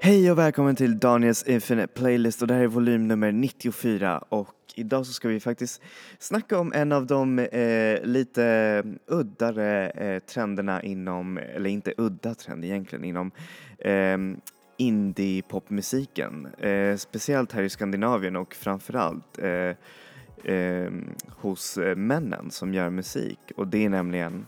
Hej och välkommen till Daniels Infinite Playlist och det här är volym nummer 94 och idag så ska vi faktiskt snacka om en av de lite uddare trenderna inom, eller inte udda trend egentligen, inom indie-popmusiken. Speciellt här i Skandinavien och framförallt hos männen som gör musik, och det är nämligen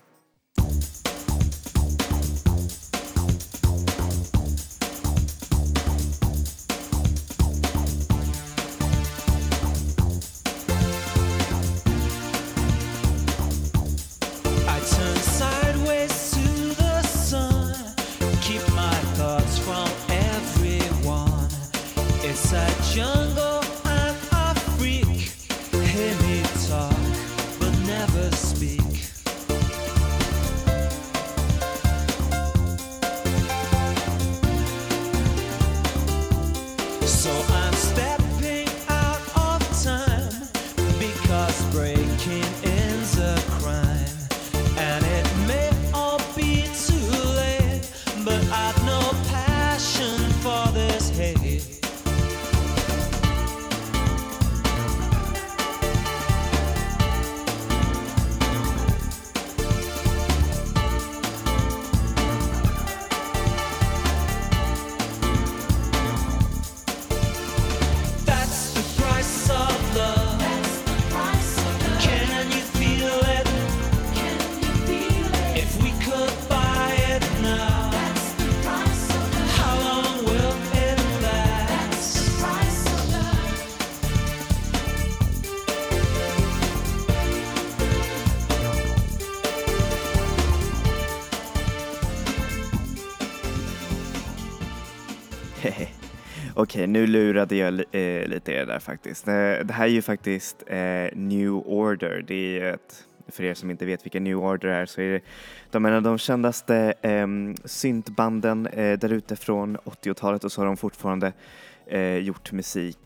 Okej, nu lurade jag lite er där faktiskt. Det här är ju faktiskt New Order. Det är för er som inte vet vilka New Order är, så är det en av de kändaste syntbanden där ute från 80-talet, och så har de fortfarande gjort musik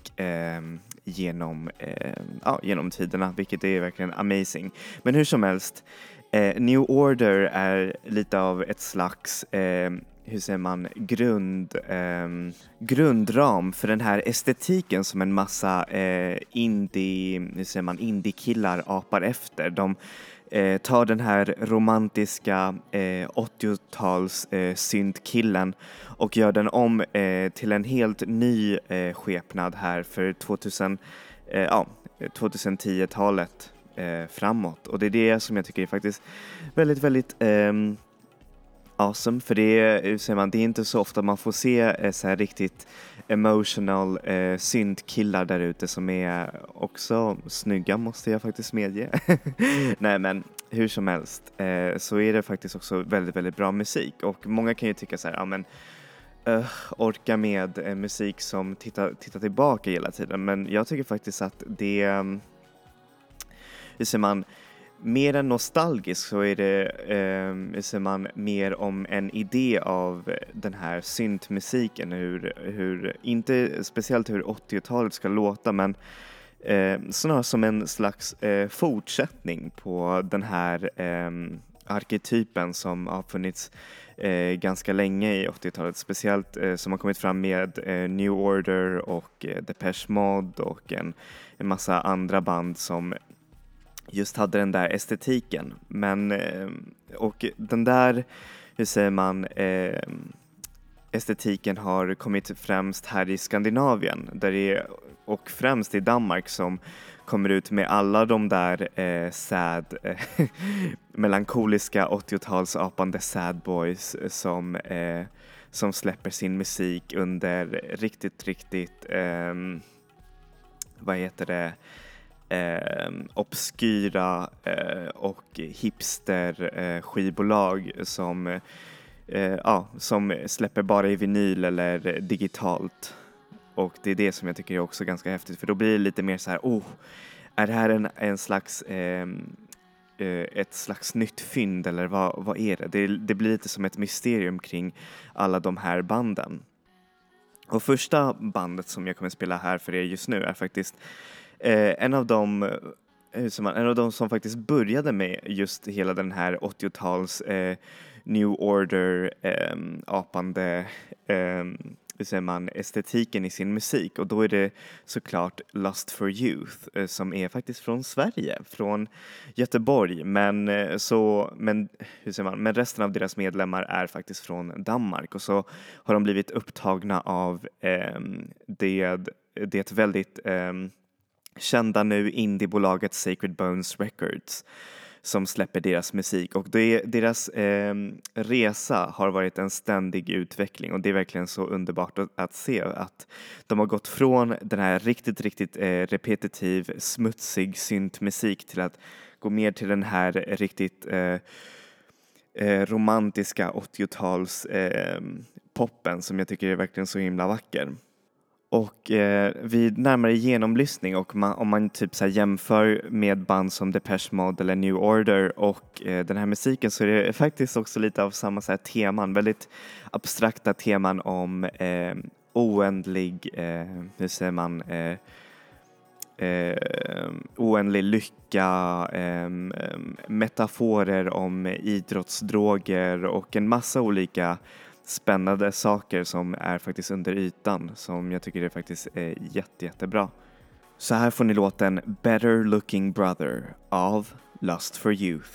genom tiderna, vilket är verkligen amazing. Men hur som helst, New Order är lite av ett slags hur säger man, grundram för den här estetiken som en massa indie-killar apar efter. De tar den här romantiska 80-tals syntkillen och gör den om till en helt ny skepnad här för 2010-talet framåt. Och det är det som jag tycker är faktiskt väldigt, väldigt awesome, för det är inte så ofta man får se så här riktigt emotional syntkillar där ute som är också snygga, måste jag faktiskt medge. Nej, men hur som helst så är det faktiskt också väldigt, väldigt bra musik, och många kan ju tycka så här, ja men orka med musik som tittar tillbaka hela tiden, men jag tycker faktiskt att det hur säger man, mer än nostalgisk, så är det ser man mer om en idé av den här syntmusiken, hur inte speciellt hur 80-talet ska låta, men snarare som en slags fortsättning på den här arketypen som har funnits ganska länge i 80-talet, speciellt som har kommit fram med New Order och Depeche Mode och en massa andra band som just hade den där estetiken. Men och den där, hur säger man, estetiken har kommit främst här i Skandinavien, där det är, och främst i Danmark, som kommer ut med alla de där melankoliska 80-tals apande sad boys som släpper sin musik under riktigt obskyra och hipster skivbolag som släpper bara i vinyl eller digitalt. Och det är det som jag tycker är också ganska häftigt, för då blir det lite mer så här, är det här en slags ett slags nytt fynd, eller vad är det? Det blir lite som ett mysterium kring alla de här banden. Och första bandet som jag kommer spela här för er just nu är faktiskt en av de som faktiskt började med just hela den här 80-tals New Order apande hur säger man, estetiken i sin musik, och då är det såklart Lust for Youth som är faktiskt från Sverige, från Göteborg, men hur säger man, men resten av deras medlemmar är faktiskt från Danmark, och så har de blivit upptagna av det väldigt kända nu indiebolaget Sacred Bones Records som släpper deras musik, och deras resa har varit en ständig utveckling, och det är verkligen så underbart att se att de har gått från den här riktigt repetitiv, smutsig syntmusik till att gå mer till den här riktigt romantiska 80-tals poppen som jag tycker är verkligen så himla vacker. Och vid närmare genomlyssning och om man typ så här jämför med band som Depeche Mode eller New Order och den här musiken, så är det faktiskt också lite av samma så här teman, väldigt abstrakta teman om oändlig, hur säger man, oändlig lycka, metaforer om idrottsdroger och en massa olika spännande saker som är faktiskt under ytan, som jag tycker är faktiskt jättebra. Så här får ni låten Better Looking Brother av Lust for Youth.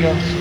universum.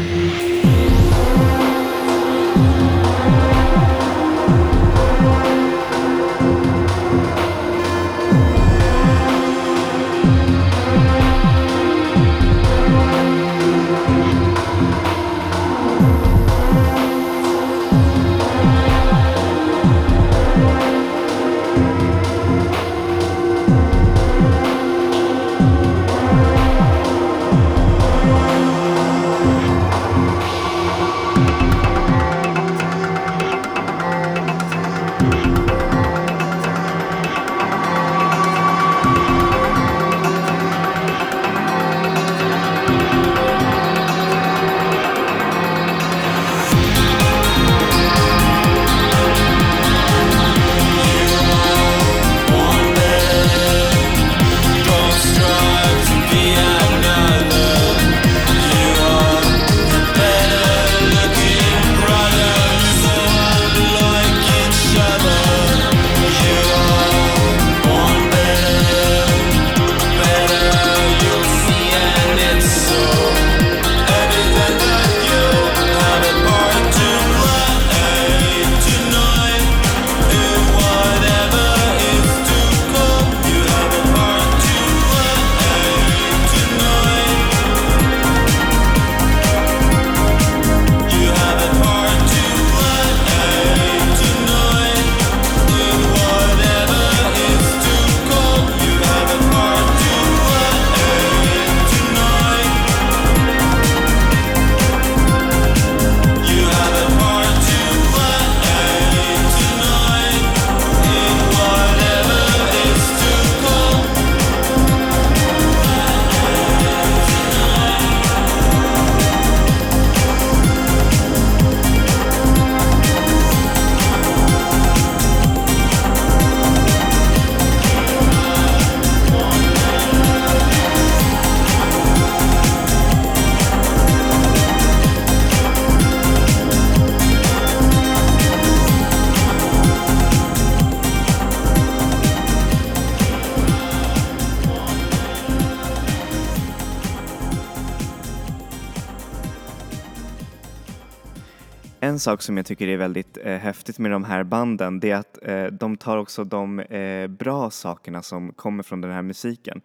En sak som jag tycker är väldigt häftigt med de här banden, det är att de tar också de bra sakerna som kommer från den här musiken.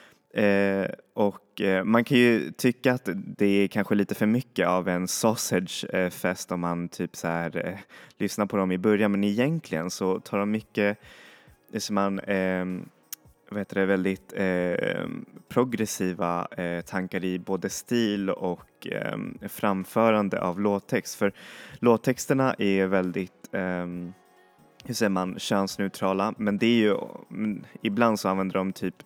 Man kan ju tycka att det är kanske lite för mycket av en sausage fest om man typ så här lyssnar på dem i början, men egentligen så tar de mycket som man väldigt progressiva tankar i både stil och framförande av låttext. För låttexterna är väldigt hur säger man, könsneutrala, men det är ju ibland så använder de typ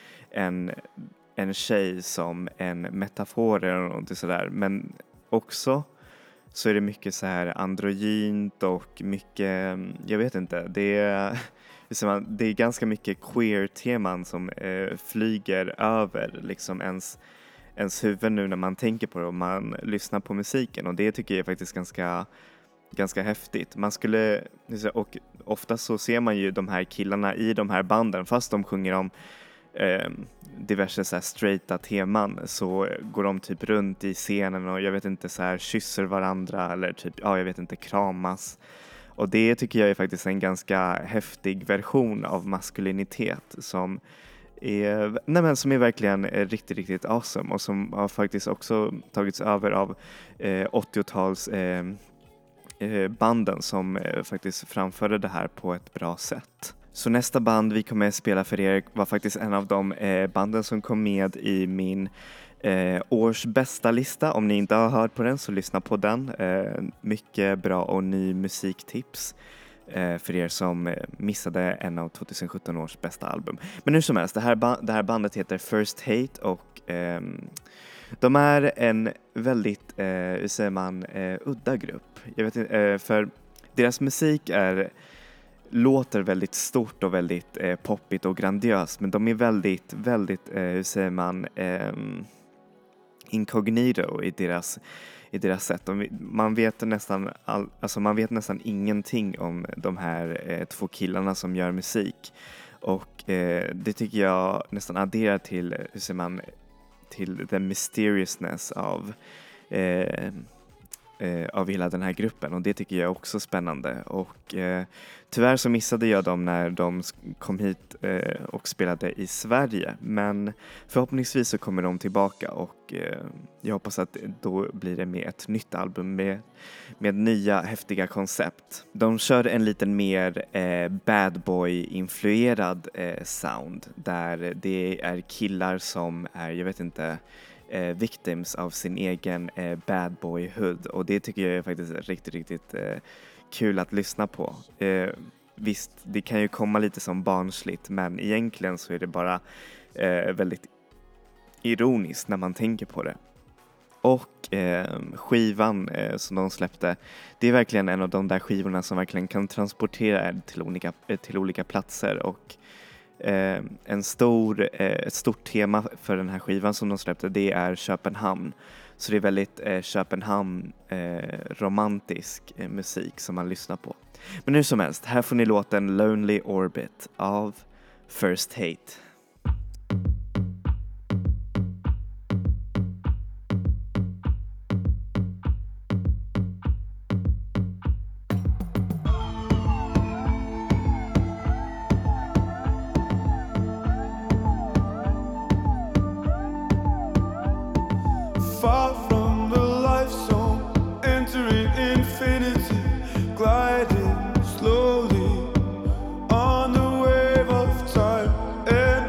en tjej som en metafor eller något sådär, men också så är det mycket så här androgynt och mycket, jag vet inte, det är ganska mycket queer-teman som flyger över liksom ens huvud nu när man tänker på det och man lyssnar på musiken, och det tycker jag är faktiskt ganska häftigt. Man skulle, och ofta så ser man ju de här killarna i de här banden, fast de sjunger om diverse så här straighta teman, så går de typ runt i scenen och jag vet inte så här kysser varandra eller typ, jag vet inte, kramas. Och det tycker jag är faktiskt en ganska häftig version av maskulinitet som är verkligen riktigt awesome, och som har faktiskt också tagits över av 80-tals banden som faktiskt framförde det här på ett bra sätt. Så nästa band vi kommer att spela för er var faktiskt en av de banden som kom med i min års bästa lista. Om ni inte har hört på den så lyssna på den. Mycket bra och ny musiktips för er som missade en av 2017 års bästa album. Men hur som helst, det här bandet heter First Hate, och de är en väldigt udda grupp. Jag vet inte, för deras musik låter väldigt stort och väldigt poppigt och grandiöst, men de är väldigt incognito i deras sätt. Man vet nästan ingenting om de här två killarna som gör musik, och det tycker jag nästan adderar till till the mysteriousness av eh, av hela den här gruppen, och det tycker jag är också spännande. Och tyvärr så missade jag dem när de kom hit och spelade i Sverige, men förhoppningsvis så kommer de tillbaka, och jag hoppas att då blir det med ett nytt album med nya häftiga koncept. De kör en lite mer bad boy-influerad sound, där det är killar som är, jag vet inte, victims av sin egen bad boy-hood, och det tycker jag är faktiskt riktigt kul att lyssna på. Visst, det kan ju komma lite som barnsligt, men egentligen så är det bara väldigt ironiskt när man tänker på det. Och skivan som de släppte, det är verkligen en av de där skivorna som verkligen kan transportera en till olika platser, och ett stort tema för den här skivan som de släppte, det är Köpenhamn. Så det är väldigt Köpenhamn romantisk musik som man lyssnar på. Men hur som helst, här får ni låten Lonely Orbit av First Hate. Far from the life zone, entering infinity, gliding slowly on the wave of time. And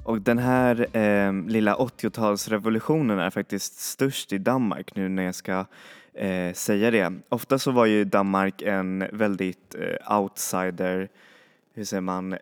Och den här lilla 80-talsrevolutionen är faktiskt störst i Danmark nu när jag ska säga det. Ofta så var ju Danmark en väldigt outsider, hur säger man,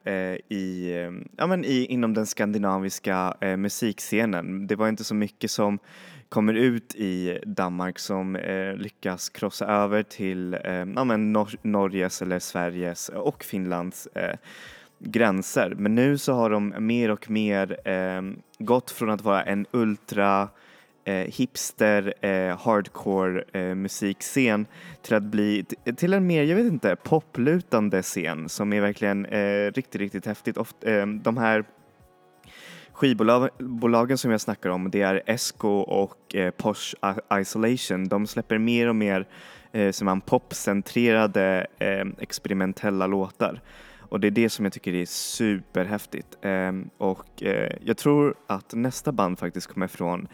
inom den skandinaviska musikscenen. Det var inte så mycket som kommer ut i Danmark som lyckas krossa över till Norges eller Sveriges och Finlands gränser. Men nu så har de mer och mer gått från att vara en ultra hipster hardcore musikscen till att bli till en mer, jag vet inte, poplutande scen som är verkligen riktigt häftigt. De här skivbolagen som jag snackar om, det är Esco och Posh Isolation. De släpper mer och mer som popcentrerade experimentella låtar. Och det är det som jag tycker är superhäftigt. Och jag tror att nästa band faktiskt kommer från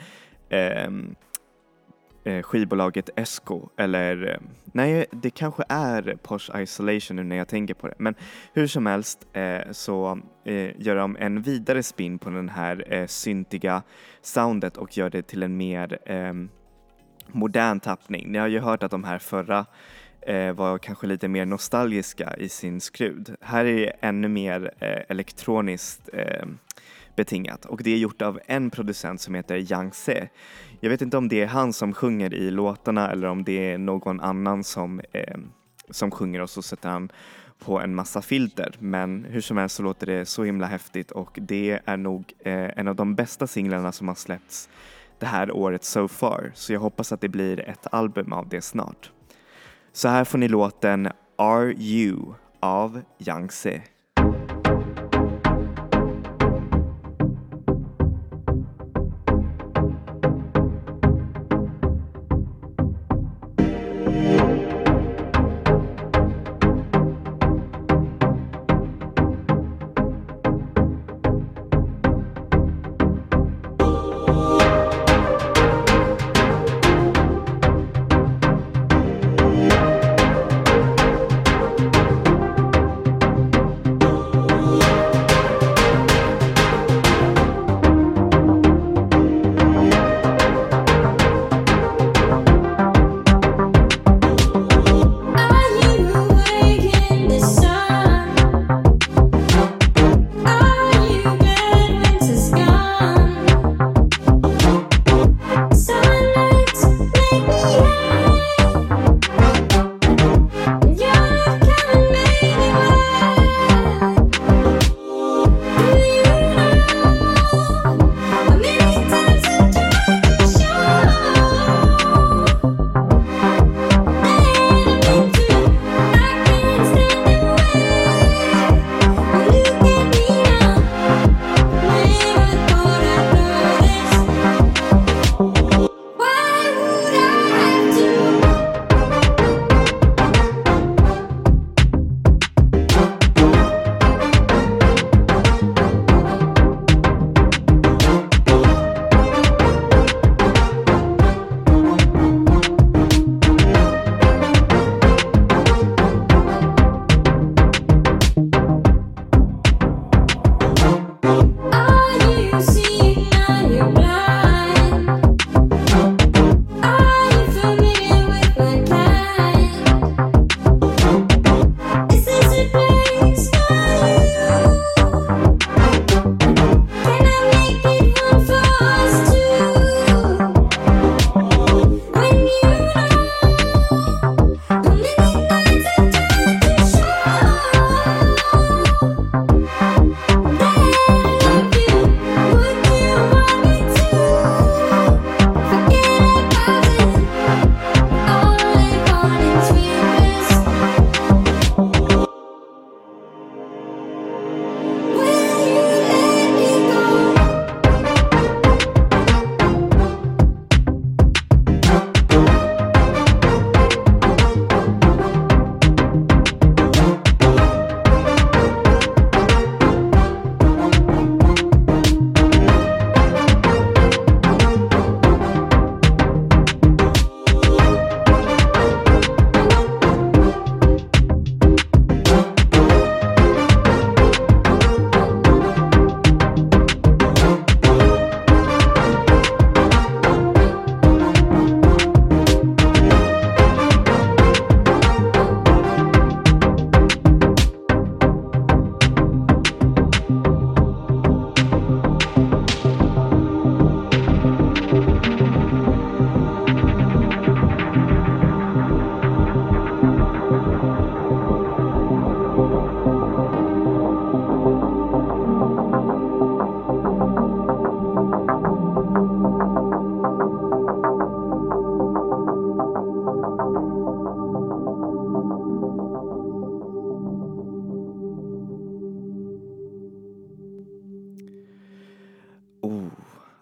skivbolaget Esco. Eller nej, det kanske är Posh Isolation nu när jag tänker på det. Men hur som helst så gör de en vidare spin på den här syntiga soundet och gör det till en mer modern tappning. Ni har ju hört att de här förra var kanske lite mer nostalgiska i sin skrud. Här är det ännu mer elektroniskt betingat och det är gjort av en producent som heter Yang Se. Jag vet inte om det är han som sjunger i låtarna eller om det är någon annan som sjunger och så sätter han på en massa filter, men hur som helst så låter det så himla häftigt och det är nog en av de bästa singlarna som har släppts det här året so far, så jag hoppas att det blir ett album av det snart. Så här får ni låten Are You av Yang Se.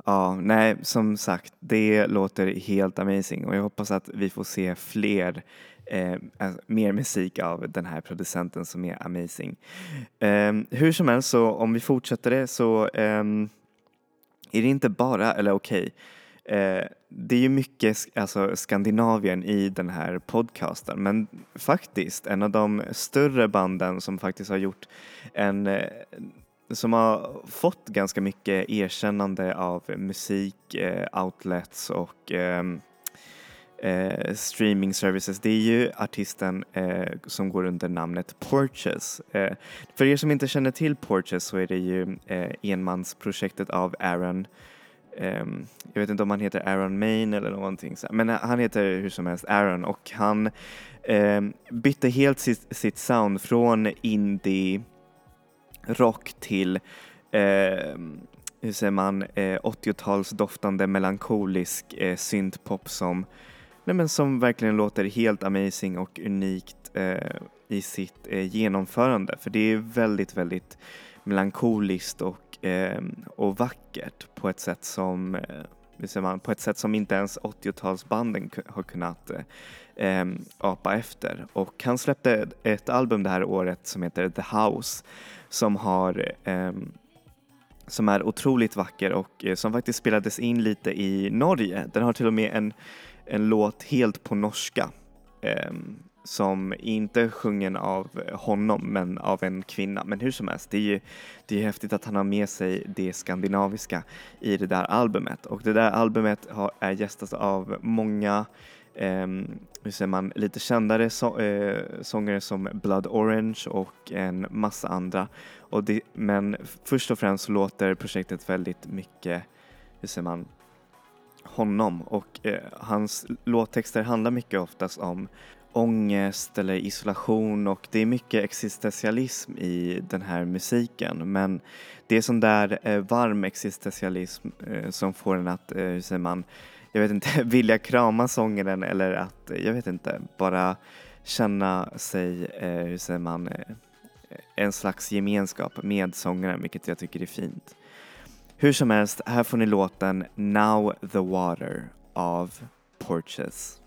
Ja, nej, som sagt, det låter helt amazing och jag hoppas att vi får se mer musik av den här producenten som är amazing. Hur som helst, så om vi fortsätter det så är det inte bara, eller okej, det är ju mycket Skandinavien i den här podcasten, men faktiskt en av de större banden som faktiskt har gjort som har fått ganska mycket erkännande av musik, outlets och streaming services. Det är ju artisten som går under namnet Porches. För er som inte känner till Porches så är det ju enmansprojektet av Aaron. Jag vet inte om han heter Aaron Main eller någonting så. Men han heter hur som helst Aaron och han bytte helt sitt sound från indie rock till 80-tals doftande melankolisk syntpop som verkligen låter helt amazing och unikt i sitt genomförande. För det är väldigt, väldigt melankoliskt och vackert på ett sätt som inte ens 80-talsbanden har kunnat apa efter. Och han släppte ett album det här året som heter The House som är otroligt vacker och som faktiskt spelades in lite i Norge. Den har till och med en låt helt på norska som inte är sjungen av honom men av en kvinna. Men hur som helst, det är häftigt att han har med sig det skandinaviska i det där albumet. Och det där albumet är gästat av många lite kändare sångare som Blood Orange och en massa andra. Men först och främst så låter projektet väldigt mycket honom och hans låttexter handlar mycket oftast om ångest eller isolation och det är mycket existentialism i den här musiken, men det är sån där varm existentialism som får en att jag vet inte, vilja krama sångaren eller att, jag vet inte, bara känna sig, en slags gemenskap med sångaren, vilket jag tycker är fint. Hur som helst, här får ni låten Now the Water av Porches.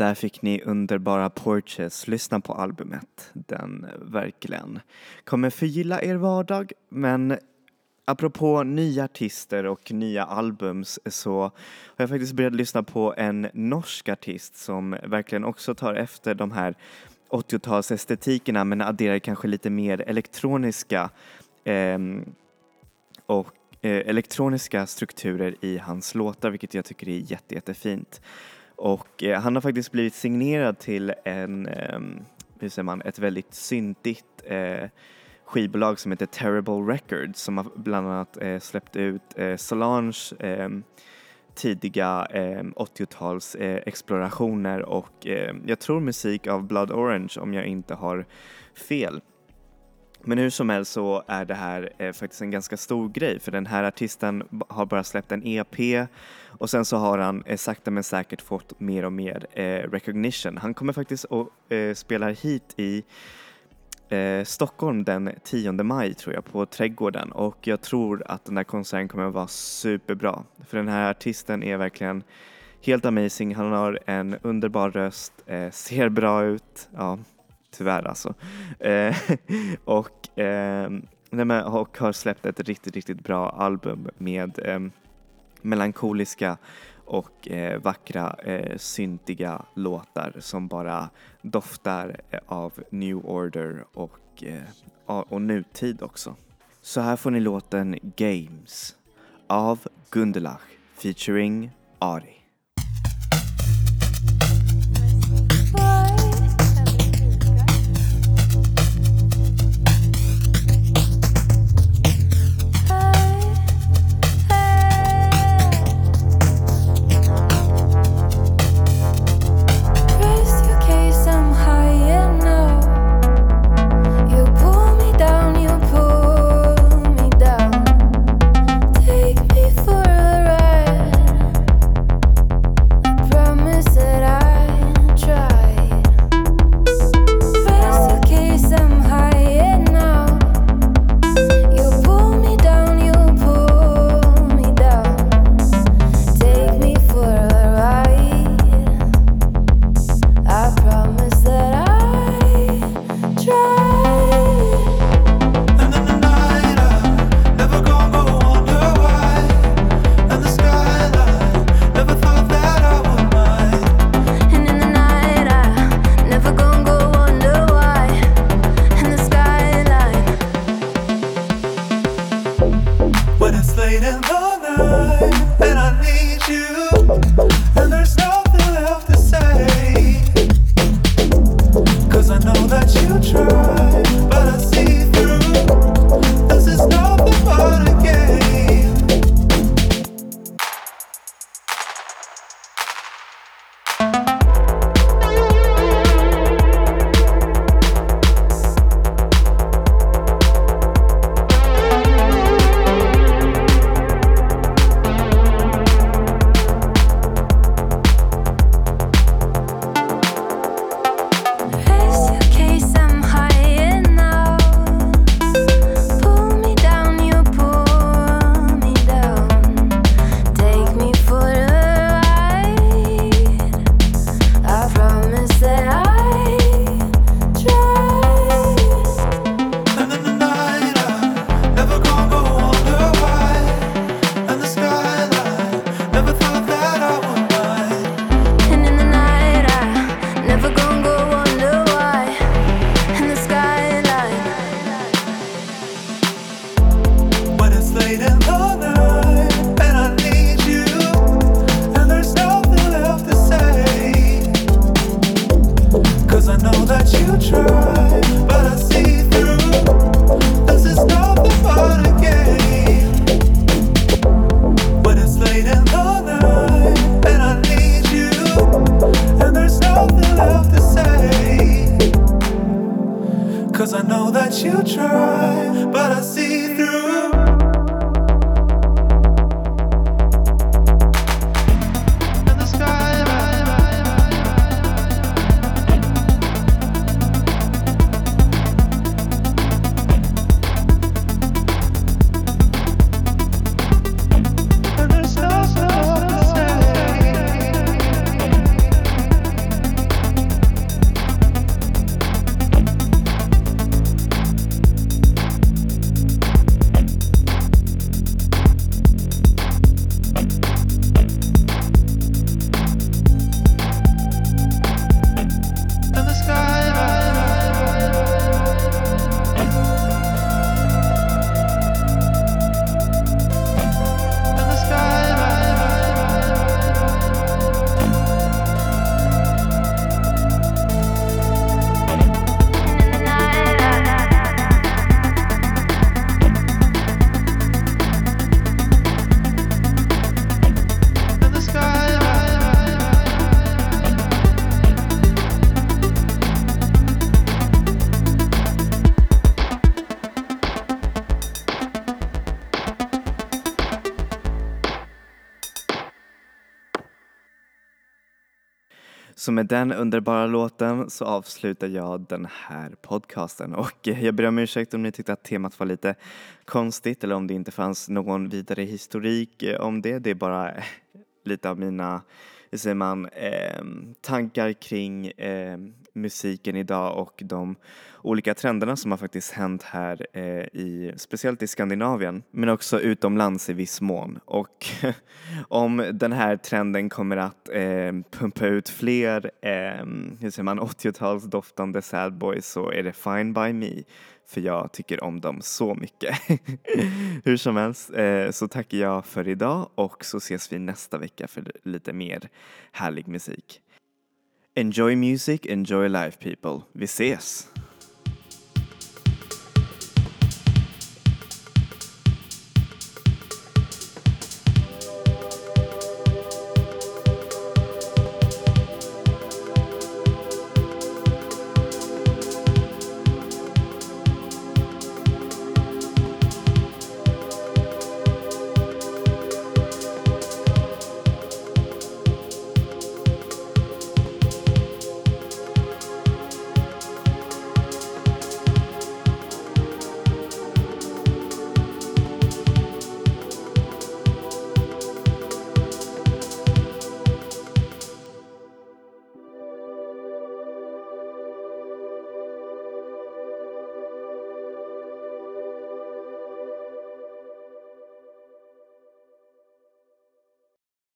där fick ni underbara Porches. Lyssna på albumet. Den verkligen kommer förgylla er vardag. Men apropå nya artister och nya albums så har jag faktiskt börjat lyssna på en norsk artist som verkligen också tar efter de här 80-talsestetikerna men adderar kanske lite mer elektroniska strukturer i hans låtar, vilket jag tycker är jättefint. Och han har faktiskt blivit signerad till ett väldigt syntigt skivbolag som heter Terrible Records, som har bland annat släppt ut Solange tidiga 80-tals explorationer och jag tror musik av Blood Orange om jag inte har fel. Men hur som helst så är det här faktiskt en ganska stor grej, för den här artisten har bara släppt en EP och sen så har han sakta men säkert fått mer och mer recognition. Han kommer faktiskt att spela hit i Stockholm den 10 maj tror jag på Trädgården, och jag tror att den här konserten kommer att vara superbra, för den här artisten är verkligen helt amazing. Han har en underbar röst, ser bra ut, ja tyvärr alltså, och har släppt ett riktigt bra album med melankoliska och vackra syntiga låtar som bara doftar av New Order och nutid också. Så här får ni låten Games av Gundelach featuring Ari. Så med den underbara låten så avslutar jag den här podcasten. Och jag ber om ursäkt om ni tyckte att temat var lite konstigt eller om det inte fanns någon vidare historik om det. Det är bara lite av mina, hur säger man, tankar kring musiken idag och de olika trenderna som har faktiskt hänt här speciellt i Skandinavien, men också utomlands i viss mån. Och om den här trenden kommer att pumpa ut fler 80-tals doftande sad boys, så är det fine by me, för jag tycker om dem så mycket. Hur som helst så tackar jag för idag, och så ses vi nästa vecka för lite mer härlig musik. Enjoy music, enjoy life people. Vi ses!